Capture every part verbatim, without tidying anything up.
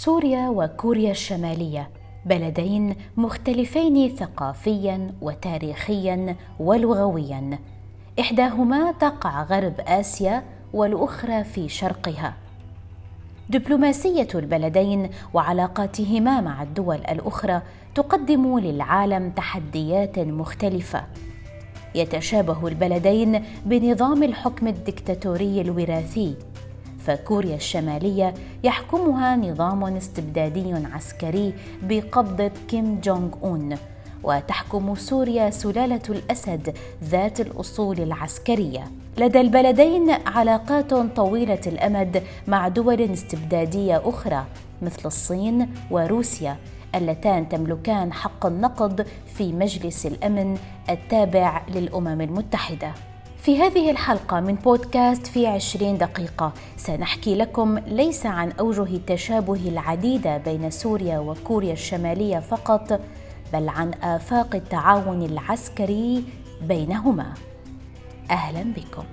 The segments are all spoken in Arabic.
سوريا وكوريا الشمالية بلدين مختلفين ثقافياً وتاريخياً ولغوياً، إحداهما تقع غرب آسيا والأخرى في شرقها. دبلوماسية البلدين وعلاقاتهما مع الدول الأخرى تقدم للعالم تحديات مختلفة. يتشابه البلدين بنظام الحكم الدكتاتوري الوراثي، فكوريا الشمالية يحكمها نظام استبدادي عسكري بقبضة كيم جونغ أون، وتحكم سوريا سلالة الأسد ذات الأصول العسكرية. لدى البلدين علاقات طويلة الأمد مع دول استبدادية أخرى مثل الصين وروسيا، اللتان تملكان حق النقض في مجلس الأمن التابع للأمم المتحدة. في هذه الحلقة من بودكاست في عشرين دقيقة سنحكي لكم ليس عن أوجه التشابه العديدة بين سوريا وكوريا الشمالية فقط، بل عن آفاق التعاون العسكري بينهما. أهلا بكم.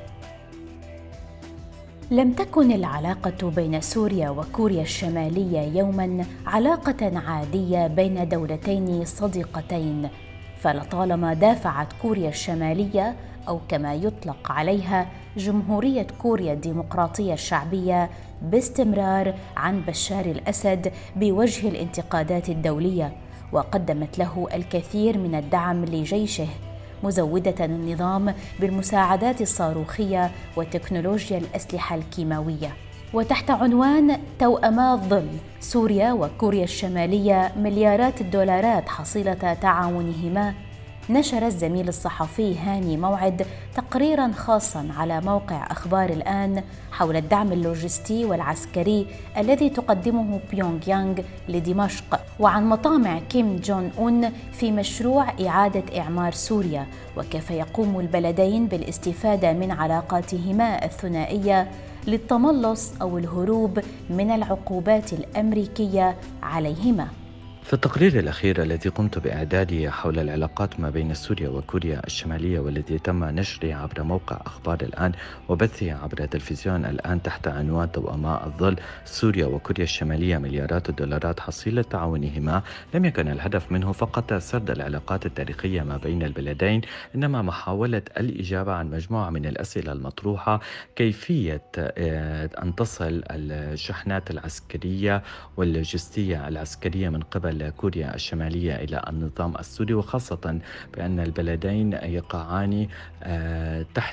لم تكن العلاقة بين سوريا وكوريا الشمالية يوماً علاقة عادية بين دولتين صديقتين، فلطالما دافعت كوريا الشمالية أو كما يطلق عليها جمهورية كوريا الديمقراطية الشعبية باستمرار عن بشار الأسد بوجه الانتقادات الدولية، وقدمت له الكثير من الدعم لجيشه، مزودة النظام بالمساعدات الصاروخية وتكنولوجيا الأسلحة الكيماوية. وتحت عنوان توأما الظل، سوريا وكوريا الشمالية مليارات الدولارات حصيلة تعاونهما، نشر الزميل الصحفي هاني موعد تقريراً خاصاً على موقع أخبار الآن حول الدعم اللوجستي والعسكري الذي تقدمه بيونغ يانغ لدمشق، وعن مطامع كيم جون أون في مشروع إعادة إعمار سوريا، وكيف يقوم البلدين بالاستفادة من علاقاتهما الثنائية للتملص أو الهروب من العقوبات الأمريكية عليهما. في التقرير الأخير الذي قمت بإعداده حول العلاقات ما بين سوريا وكوريا الشمالية، والذي تم نشره عبر موقع أخبار الآن وبثه عبر تلفزيون الآن تحت عنوان توأما الظل، سوريا وكوريا الشمالية مليارات الدولارات حصيلة تعاونهما، لم يكن الهدف منه فقط سرد العلاقات التاريخية ما بين البلدين، إنما محاولة الإجابة عن مجموعة من الأسئلة المطروحة: كيفية أن تصل الشحنات العسكرية واللوجستية العسكرية من قبل كوريا الشمالية إلى النظام السوري، وخاصة بأن البلدين يقعان تحت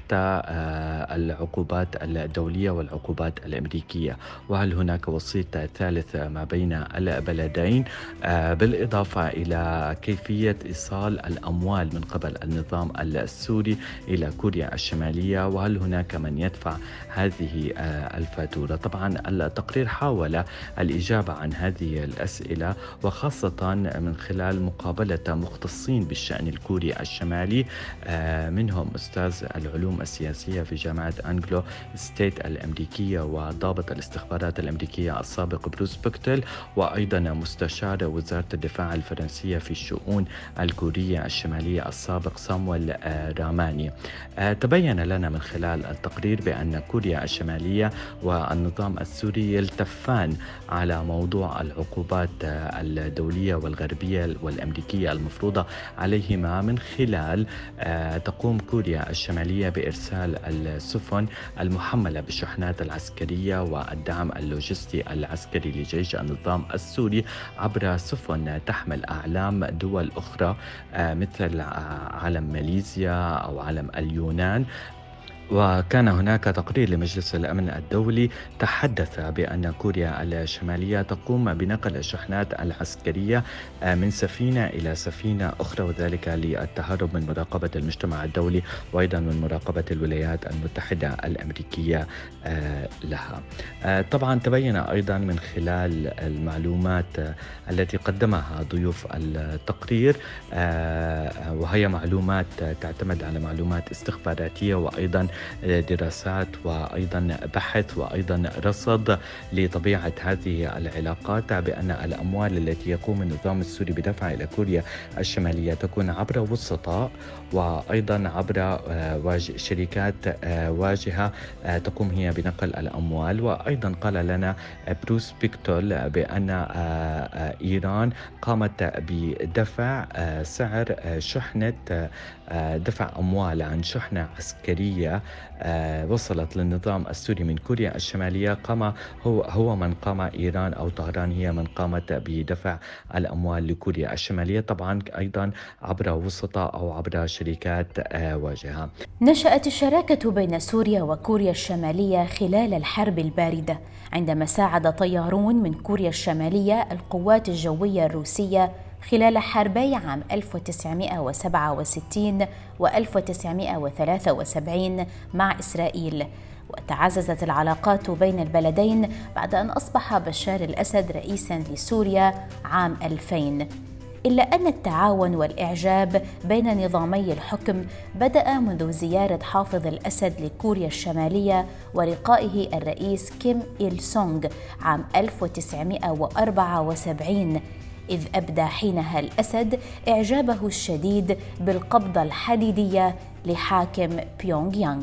العقوبات الدولية والعقوبات الأمريكية، وهل هناك وسيط ثالث ما بين البلدين، بالإضافة إلى كيفية إيصال الأموال من قبل النظام السوري إلى كوريا الشمالية، وهل هناك من يدفع هذه الفاتورة. طبعا التقرير حاول الإجابة عن هذه الأسئلة، وخاصة من خلال مقابلة مختصين بالشأن الكوري الشمالي، منهم أستاذ العلوم السياسية في جامعة أنجلو ستيت الأمريكية وضابط الاستخبارات الأمريكية السابق بروس بوكتل، وأيضا مستشار وزارة الدفاع الفرنسية في الشؤون الكورية الشمالية السابق سامويل راماني. تبين لنا من خلال التقرير بأن كوريا الشمالية والنظام السوري يلتفان على موضوع العقوبات الدولية والغربية والأمريكية المفروضة عليهما، من خلال تقوم كوريا الشمالية بإرسال السفن المحملة بالشحنات العسكرية والدعم اللوجستي العسكري لجيش النظام السوري عبر سفن تحمل أعلام دول أخرى مثل علم ماليزيا أو علم اليونان. وكان هناك تقرير لمجلس الأمن الدولي تحدث بأن كوريا الشمالية تقوم بنقل الشحنات العسكرية من سفينة إلى سفينة أخرى، وذلك للتهرب من مراقبة المجتمع الدولي وأيضا من مراقبة الولايات المتحدة الأمريكية لها. طبعا تبين أيضا من خلال المعلومات التي قدمها ضيوف التقرير، وهي معلومات تعتمد على معلومات استخباراتية وأيضا دراسات وأيضا بحث وأيضا رصد لطبيعة هذه العلاقات، بأن الأموال التي يقوم النظام السوري بدفعها إلى كوريا الشمالية تكون عبر وسطاء، وأيضا عبر شركات واجهة تقوم هي بنقل الأموال. وأيضا قال لنا بروس بيكتول بأن إيران قامت بدفع سعر شحنة دفع أموال عن شحنة عسكرية وصلت للنظام السوري من كوريا الشمالية. قام هو هو من قام إيران أو طهران هي من قامت بدفع الأموال لكوريا الشمالية، طبعا أيضا عبر وسطاء أو عبر شركات واجهة. نشأت الشراكة بين سوريا وكوريا الشمالية خلال الحرب الباردة، عندما ساعد طيارون من كوريا الشمالية القوات الجوية الروسية خلال حربي عام ألف وتسعمائة وسبعة وستين و ألف وتسعمائة وثلاثة وسبعين مع إسرائيل. وتعززت العلاقات بين البلدين بعد أن أصبح بشار الأسد رئيساً لسوريا عام ألفين، إلا أن التعاون والإعجاب بين نظامي الحكم بدأ منذ زيارة حافظ الأسد لكوريا الشمالية ولقائه الرئيس كيم إيل سونغ عام ألف وتسعمائة وأربعة وسبعين، إذ أبدى حينها الأسد إعجابه الشديد بالقبضة الحديدية لحاكم بيونغ يانغ.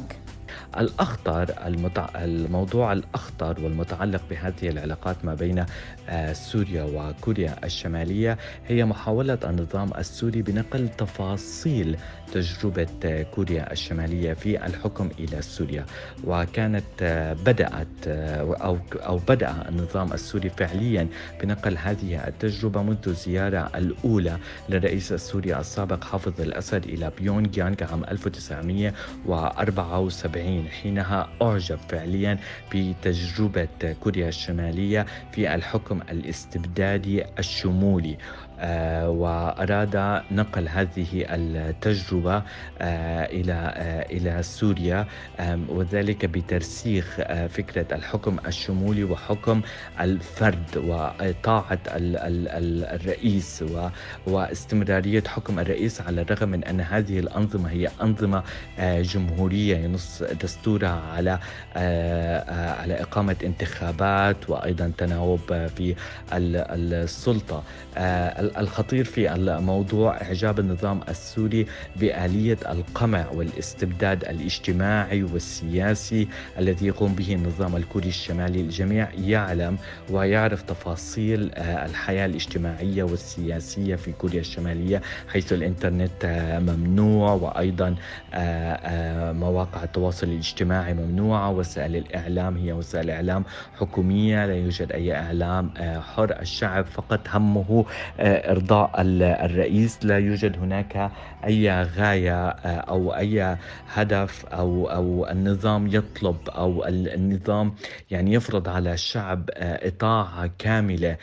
الأخطر المتع... الموضوع الأخطر والمتعلق بهذه العلاقات ما بين سوريا وكوريا الشمالية هي محاولة النظام السوري بنقل تفاصيل تجربة كوريا الشمالية في الحكم إلى سوريا. وكانت بدأت أو أو بدأ النظام السوري فعليا بنقل هذه التجربة منذ الزيارة الأولى للرئيس السوري السابق حافظ الأسد إلى بيونغ يانغ عام ألف وتسعمائة وأربعة وسبعين. حينها أعجب فعليا بتجربة كوريا الشمالية في الحكم الاستبدادي الشمولي، آه وأراد نقل هذه التجربة آه إلى آه إلى سوريا، آه وذلك بترسيخ آه فكرة الحكم الشمولي وحكم الفرد وطاعة ال ال ال الرئيس واستمرارية حكم الرئيس، على الرغم من أن هذه الأنظمة هي أنظمة آه جمهورية ينص دستورها على آه آه على إقامة انتخابات وأيضا تناوب في السلطة. آه الخطير في الموضوع إعجاب النظام السوري بآلية القمع والاستبداد الاجتماعي والسياسي الذي يقوم به النظام الكوري الشمالي. الجميع يعلم ويعرف تفاصيل الحياة الاجتماعية والسياسية في كوريا الشمالية، حيث الإنترنت ممنوع، وأيضا مواقع التواصل الاجتماعي ممنوعة، وسائل الإعلام هي وسائل إعلام حكومية، لا يوجد أي إعلام حر، الشعب فقط همه إرضاء الرئيس، لا يوجد هناك أي غاية أو أي هدف أو أو النظام يطلب أو النظام يعني يفرض على الشعب إطاعة كاملة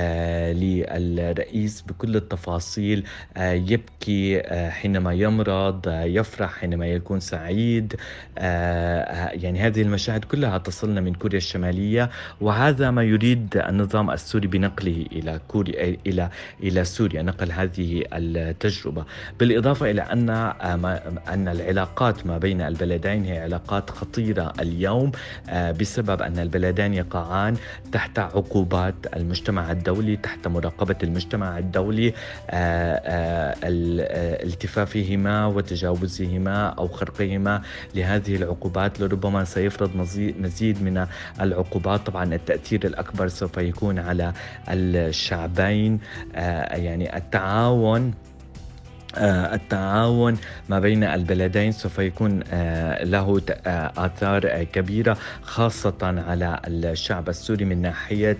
للرئيس بكل التفاصيل. يبكي حينما يمرض، يفرح حينما يكون سعيد، يعني هذه المشاهد كلها تصلنا من كوريا الشمالية، وهذا ما يريد النظام السوري بنقله إلى كوريا إلى إلى سوريا، نقل هذه التجربة. بالإضافة إلى أن أن العلاقات ما بين البلدين هي علاقات خطيرة اليوم بسبب أن البلدين يقعان تحت عقوبات المجتمع الدولي، تحت مراقبة المجتمع الدولي، التفافهما وتجاوزهما أو خرقهما لهذه العقوبات لربما سيفرض مزيد من العقوبات. طبعا التأثير الأكبر سوف يكون على الشعبين، يعني التعاون التعاون ما بين البلدين سوف يكون له آثار كبيرة، خاصة على الشعب السوري من ناحية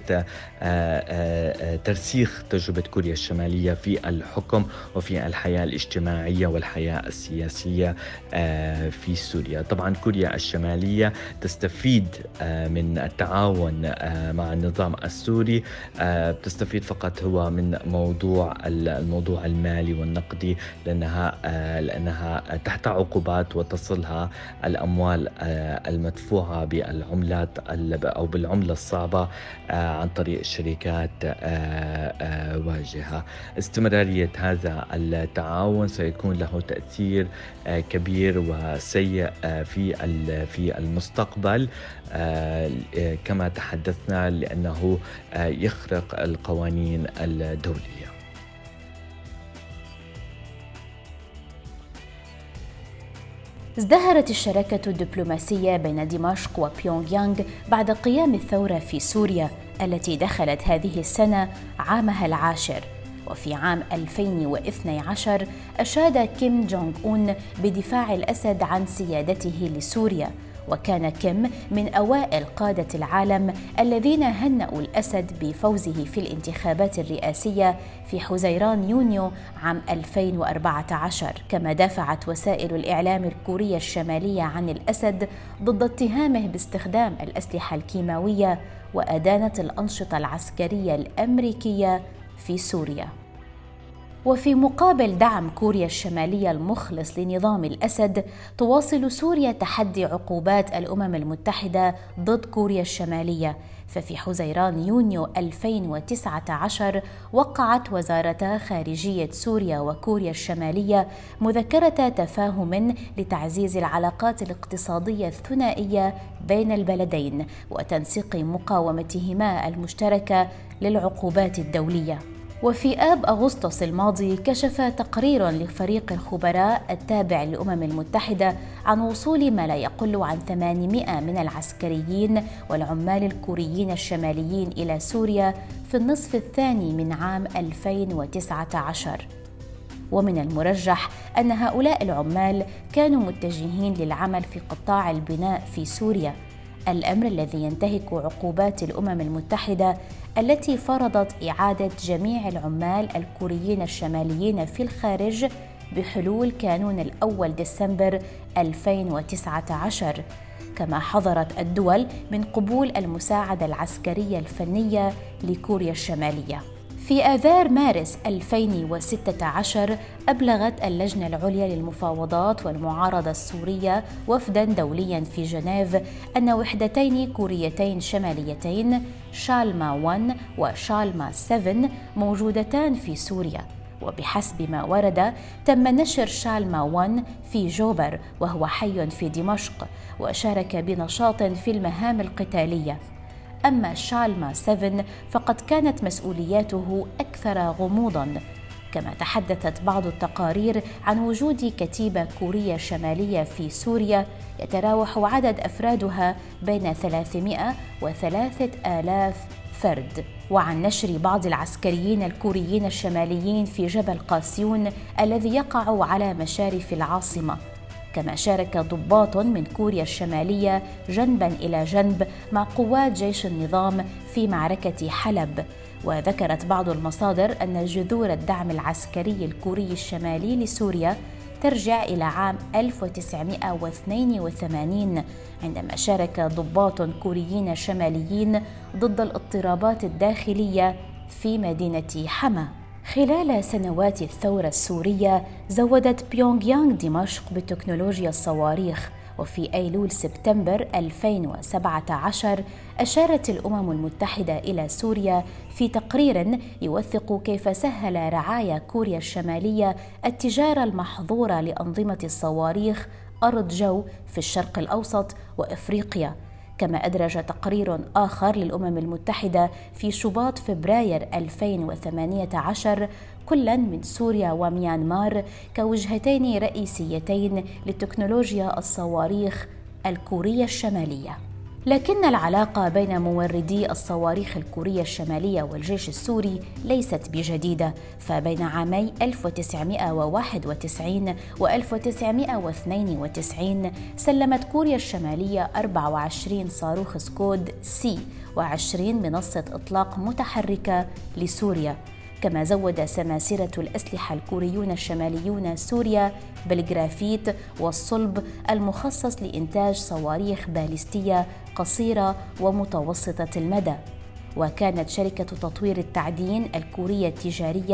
ترسيخ تجربة كوريا الشمالية في الحكم وفي الحياة الاجتماعية والحياة السياسية في سوريا. طبعا كوريا الشمالية تستفيد من التعاون مع النظام السوري، تستفيد فقط هو من موضوع الموضوع المالي والنقدي لأنها لأنها تحت عقوبات وتصلها الأموال المدفوعة بالعملات أو بالعملة الصعبة عن طريق الشركات واجهة. استمرارية هذا التعاون سيكون له تأثير كبير وسيء في في المستقبل كما تحدثنا، لأنه يخرق القوانين الدولية. ازدهرت الشراكة الدبلوماسية بين دمشق وبيونغ يانغ بعد قيام الثورة في سوريا التي دخلت هذه السنة عامها العاشر. وفي عام ألفين واثني عشر أشاد كيم جونغ أون بدفاع الأسد عن سيادته لسوريا، وكان كيم من أوائل قادة العالم الذين هنأوا الأسد بفوزه في الانتخابات الرئاسية في حزيران يونيو عام ألفين وأربعة عشر. كما دافعت وسائل الإعلام الكورية الشمالية عن الأسد ضد اتهامه باستخدام الأسلحة الكيماوية وأدانت الأنشطة العسكرية الأمريكية في سوريا. وفي مقابل دعم كوريا الشمالية المخلص لنظام الأسد، تواصل سوريا تحدي عقوبات الأمم المتحدة ضد كوريا الشمالية. ففي حزيران يونيو ألفين وتسعة عشر وقعت وزارتا خارجية سوريا وكوريا الشمالية مذكرة تفاهم لتعزيز العلاقات الاقتصادية الثنائية بين البلدين وتنسيق مقاومتهما المشتركة للعقوبات الدولية. وفي آب أغسطس الماضي كشف تقرير لفريق الخبراء التابع للأمم المتحدة عن وصول ما لا يقل عن ثمانمائة من العسكريين والعمال الكوريين الشماليين إلى سوريا في النصف الثاني من عام ألفين وتسعة عشر. ومن المرجح أن هؤلاء العمال كانوا متجهين للعمل في قطاع البناء في سوريا، الأمر الذي ينتهك عقوبات الأمم المتحدة التي فرضت إعادة جميع العمال الكوريين الشماليين في الخارج بحلول كانون الأول ديسمبر ألفين وتسعة عشر. كما حظرت الدول من قبول المساعدة العسكرية الفنية لكوريا الشمالية. في آذار مارس ألفين وستة عشر أبلغت اللجنة العليا للمفاوضات والمعارضة السورية وفداً دولياً في جنيف أن وحدتين كوريتين شماليتين شالما واحد وشالما سبعة موجودتان في سوريا. وبحسب ما ورد تم نشر شالما واحد في جوبر وهو حي في دمشق وشارك بنشاط في المهام القتالية. أما شالما سبعة فقد كانت مسؤولياته أكثر غموضاً. كما تحدثت بعض التقارير عن وجود كتيبة كورية شمالية في سوريا يتراوح عدد أفرادها بين ثلاثمائة وثلاثة آلاف فرد، وعن نشر بعض العسكريين الكوريين الشماليين في جبل قاسيون الذي يقع على مشارف العاصمة. كما شارك ضباط من كوريا الشمالية جنباً إلى جنب مع قوات جيش النظام في معركة حلب. وذكرت بعض المصادر أن جذور الدعم العسكري الكوري الشمالي لسوريا ترجع إلى عام ألف وتسعمائة واثنين وثمانين عندما شارك ضباط كوريين شماليين ضد الاضطرابات الداخلية في مدينة حما. خلال سنوات الثورة السورية زودت بيونغ يانغ دمشق بتكنولوجيا الصواريخ. وفي أيلول سبتمبر ألفين وسبعة عشر أشارت الأمم المتحدة إلى سوريا في تقرير يوثق كيف سهل رعايا كوريا الشمالية التجارة المحظورة لأنظمة الصواريخ أرض جو في الشرق الأوسط وإفريقيا. كما أدرج تقرير آخر للأمم المتحدة في شباط فبراير ألفين وثمانية عشر كلا من سوريا وميانمار كوجهتين رئيسيتين لتكنولوجيا الصواريخ الكورية الشمالية. لكن العلاقة بين موردي الصواريخ الكورية الشمالية والجيش السوري ليست بجديدة، فبين عامي ألف وتسعمائة وواحد وتسعين و ألف وتسعمائة واثنين وتسعين سلمت كوريا الشمالية أربعة وعشرين صاروخ سكود سي وعشرين منصة إطلاق متحركة لسوريا. كما زود سماسرة الأسلحة الكوريون الشماليون سوريا بالجرافيت والصلب المخصص لإنتاج صواريخ باليستية قصيرة ومتوسطة المدى. وكانت شركة تطوير التعدين الكورية التجارية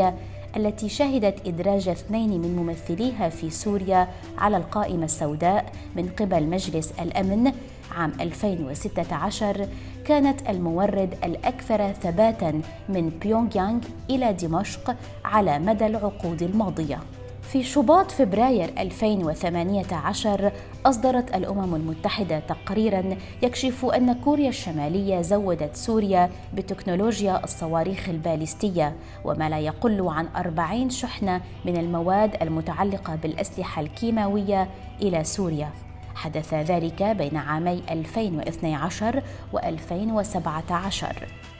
التي شهدت إدراج اثنين من ممثليها في سوريا على القائمة السوداء من قبل مجلس الأمن عام ألفين وستة عشر، كانت المورد الأكثر ثباتاً من بيونغ يانغ إلى دمشق على مدى العقود الماضية. في شباط فبراير ألفين وثمانية عشر أصدرت الأمم المتحدة تقريراً يكشف أن كوريا الشمالية زودت سوريا بتكنولوجيا الصواريخ الباليستية وما لا يقل عن أربعين شحنة من المواد المتعلقة بالأسلحة الكيماوية إلى سوريا. حدث ذلك بين عامي ألفين واثني عشر وألفين وسبعة عشر.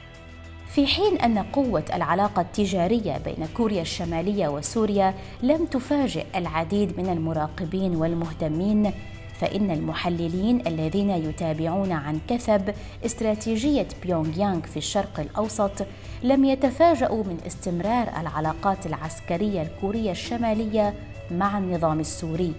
في حين أن قوة العلاقة التجارية بين كوريا الشمالية وسوريا لم تفاجئ العديد من المراقبين والمهتمين، فإن المحللين الذين يتابعون عن كثب استراتيجية بيونغ يانغ في الشرق الأوسط لم يتفاجؤوا من استمرار العلاقات العسكرية الكورية الشمالية مع النظام السوري.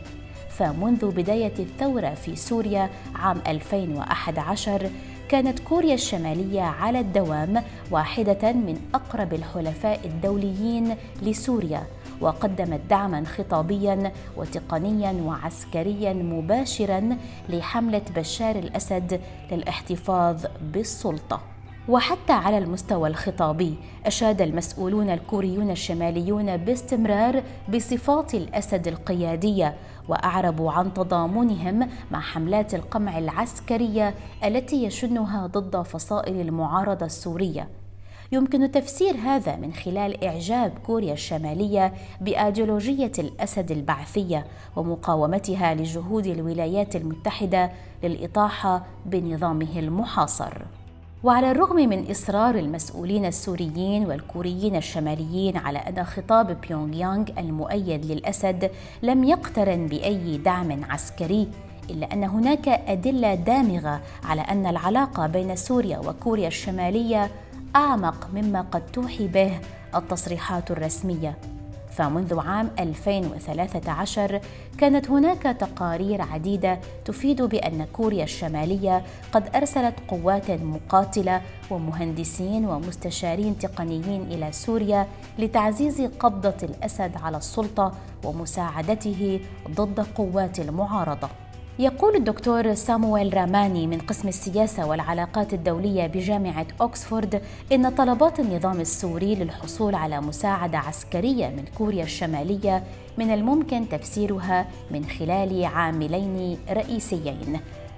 فمنذ بداية الثورة في سوريا عام ألفين وأحد عشر كانت كوريا الشمالية على الدوام واحدة من أقرب الحلفاء الدوليين لسوريا، وقدمت دعماً خطابياً وتقنياً وعسكرياً مباشراً لحملة بشار الأسد للاحتفاظ بالسلطة. وحتى على المستوى الخطابي أشاد المسؤولون الكوريون الشماليون باستمرار بصفات الأسد القيادية، وأعربوا عن تضامنهم مع حملات القمع العسكرية التي يشنها ضد فصائل المعارضة السورية. يمكن تفسير هذا من خلال إعجاب كوريا الشمالية بأيديولوجية الأسد البعثية ومقاومتها لجهود الولايات المتحدة للإطاحة بنظامه المحاصر. وعلى الرغم من إصرار المسؤولين السوريين والكوريين الشماليين على أن خطاب بيونغ يانغ المؤيد للأسد لم يقترن بأي دعم عسكري، إلا أن هناك أدلة دامغة على أن العلاقة بين سوريا وكوريا الشمالية أعمق مما قد توحي به التصريحات الرسمية. فمنذ عام ألفين وثلاثة عشر كانت هناك تقارير عديدة تفيد بأن كوريا الشمالية قد أرسلت قوات مقاتلة ومهندسين ومستشارين تقنيين إلى سوريا لتعزيز قبضة الأسد على السلطة ومساعدته ضد قوات المعارضة. يقول الدكتور سامويل راماني من قسم السياسة والعلاقات الدولية بجامعة أوكسفورد إن طلبات النظام السوري للحصول على مساعدة عسكرية من كوريا الشمالية من الممكن تفسيرها من خلال عاملين رئيسيين.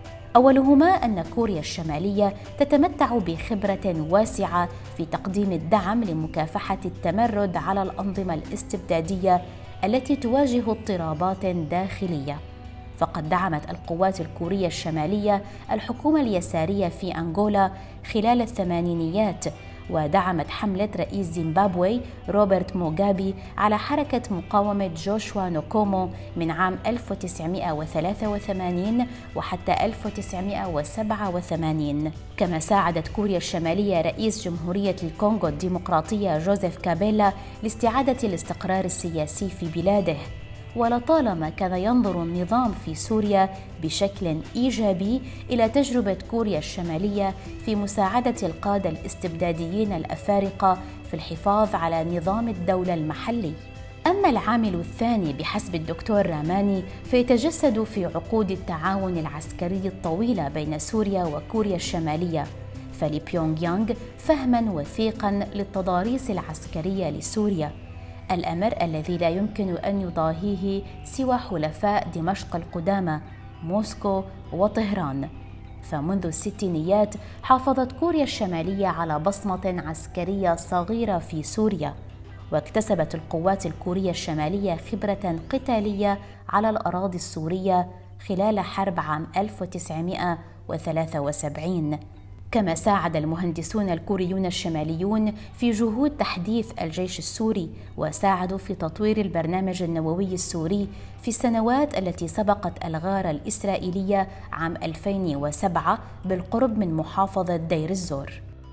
أولهما أن كوريا الشمالية تتمتع بخبرة واسعة في تقديم الدعم لمكافحة التمرد على الأنظمة الاستبدادية التي تواجه اضطرابات داخلية. فقد دعمت القوات الكورية الشمالية الحكومة اليسارية في أنغولا خلال الثمانينيات، ودعمت حملة رئيس زيمبابوي روبرت موغابي على حركة مقاومة جوشوا نوكومو من عام ألف وتسعمائة وثلاثة وثمانين وحتى ألف وتسعمائة وسبعة وثمانين. كما ساعدت كوريا الشمالية رئيس جمهورية الكونغو الديمقراطية جوزيف كابيلا لاستعادة الاستقرار السياسي في بلاده. ولطالما كان ينظر النظام في سوريا بشكل إيجابي إلى تجربة كوريا الشمالية في مساعدة القادة الاستبداديين الأفارقة في الحفاظ على نظام الدولة المحلي. أما العامل الثاني بحسب الدكتور راماني فيتجسد في عقود التعاون العسكري الطويلة بين سوريا وكوريا الشمالية، فلبيونغ يانغ فهماً وثيقاً للتضاريس العسكرية لسوريا، الأمر الذي لا يمكن أن يضاهيه سوى حلفاء دمشق القدامى موسكو وطهران. فمنذ الستينيات حافظت كوريا الشمالية على بصمة عسكرية صغيرة في سوريا، واكتسبت القوات الكورية الشمالية خبرة قتالية على الأراضي السورية خلال حرب عام ألف وتسعمائة وثلاثة وسبعين. كما ساعد المهندسون الكوريون الشماليون في جهود تحديث الجيش السوري، وساعدوا في تطوير البرنامج النووي السوري في السنوات التي سبقت الغارة الإسرائيلية عام ألفين وسبعة بالقرب من محافظة دير الزور.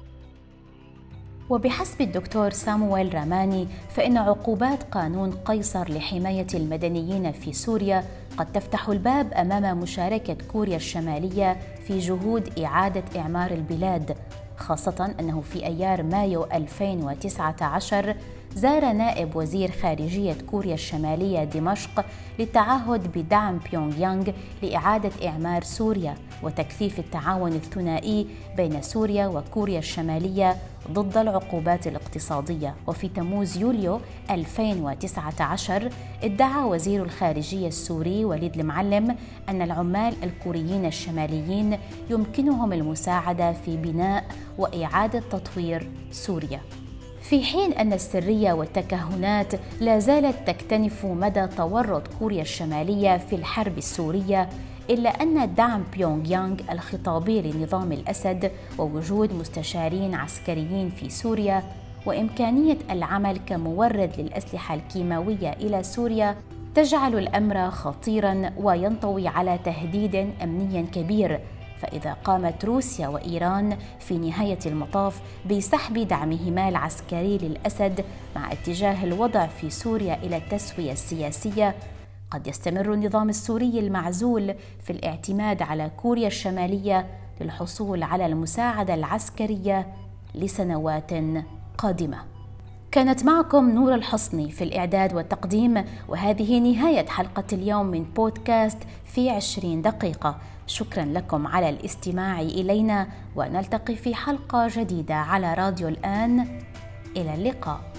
وبحسب الدكتور سامويل راماني فإن عقوبات قانون قيصر لحماية المدنيين في سوريا قد تفتح الباب أمام مشاركة كوريا الشمالية في جهود إعادة إعمار البلاد، خاصة أنه في أيار مايو ألفين وتسعة عشر زار نائب وزير خارجية كوريا الشمالية دمشق للتعهد بدعم بيونغ يانغ لإعادة إعمار سوريا وتكثيف التعاون الثنائي بين سوريا وكوريا الشمالية ضد العقوبات الاقتصادية. وفي تموز يوليو ألفين وتسعة عشر ادعى وزير الخارجية السوري وليد المعلم أن العمال الكوريين الشماليين يمكنهم المساعدة في بناء وإعادة تطوير سوريا، في حين أن السرية والتكهنات لا زالت تكتنف مدى تورط كوريا الشمالية في الحرب السورية، إلا أن دعم بيونغ يانغ الخطابي لنظام الأسد ووجود مستشارين عسكريين في سوريا وإمكانية العمل كمورد للأسلحة الكيماوية إلى سوريا تجعل الأمر خطيراً وينطوي على تهديد أمني كبير. فإذا قامت روسيا وإيران في نهاية المطاف بسحب دعمهما العسكري للأسد مع اتجاه الوضع في سوريا إلى التسوية السياسية، قد يستمر النظام السوري المعزول في الاعتماد على كوريا الشمالية للحصول على المساعدة العسكرية لسنوات قادمة. كانت معكم نور الحصني في الإعداد والتقديم، وهذه نهاية حلقة اليوم من بودكاست في عشرين دقيقة. شكرا لكم على الاستماع إلينا، ونلتقي في حلقة جديدة على راديو الآن. إلى اللقاء.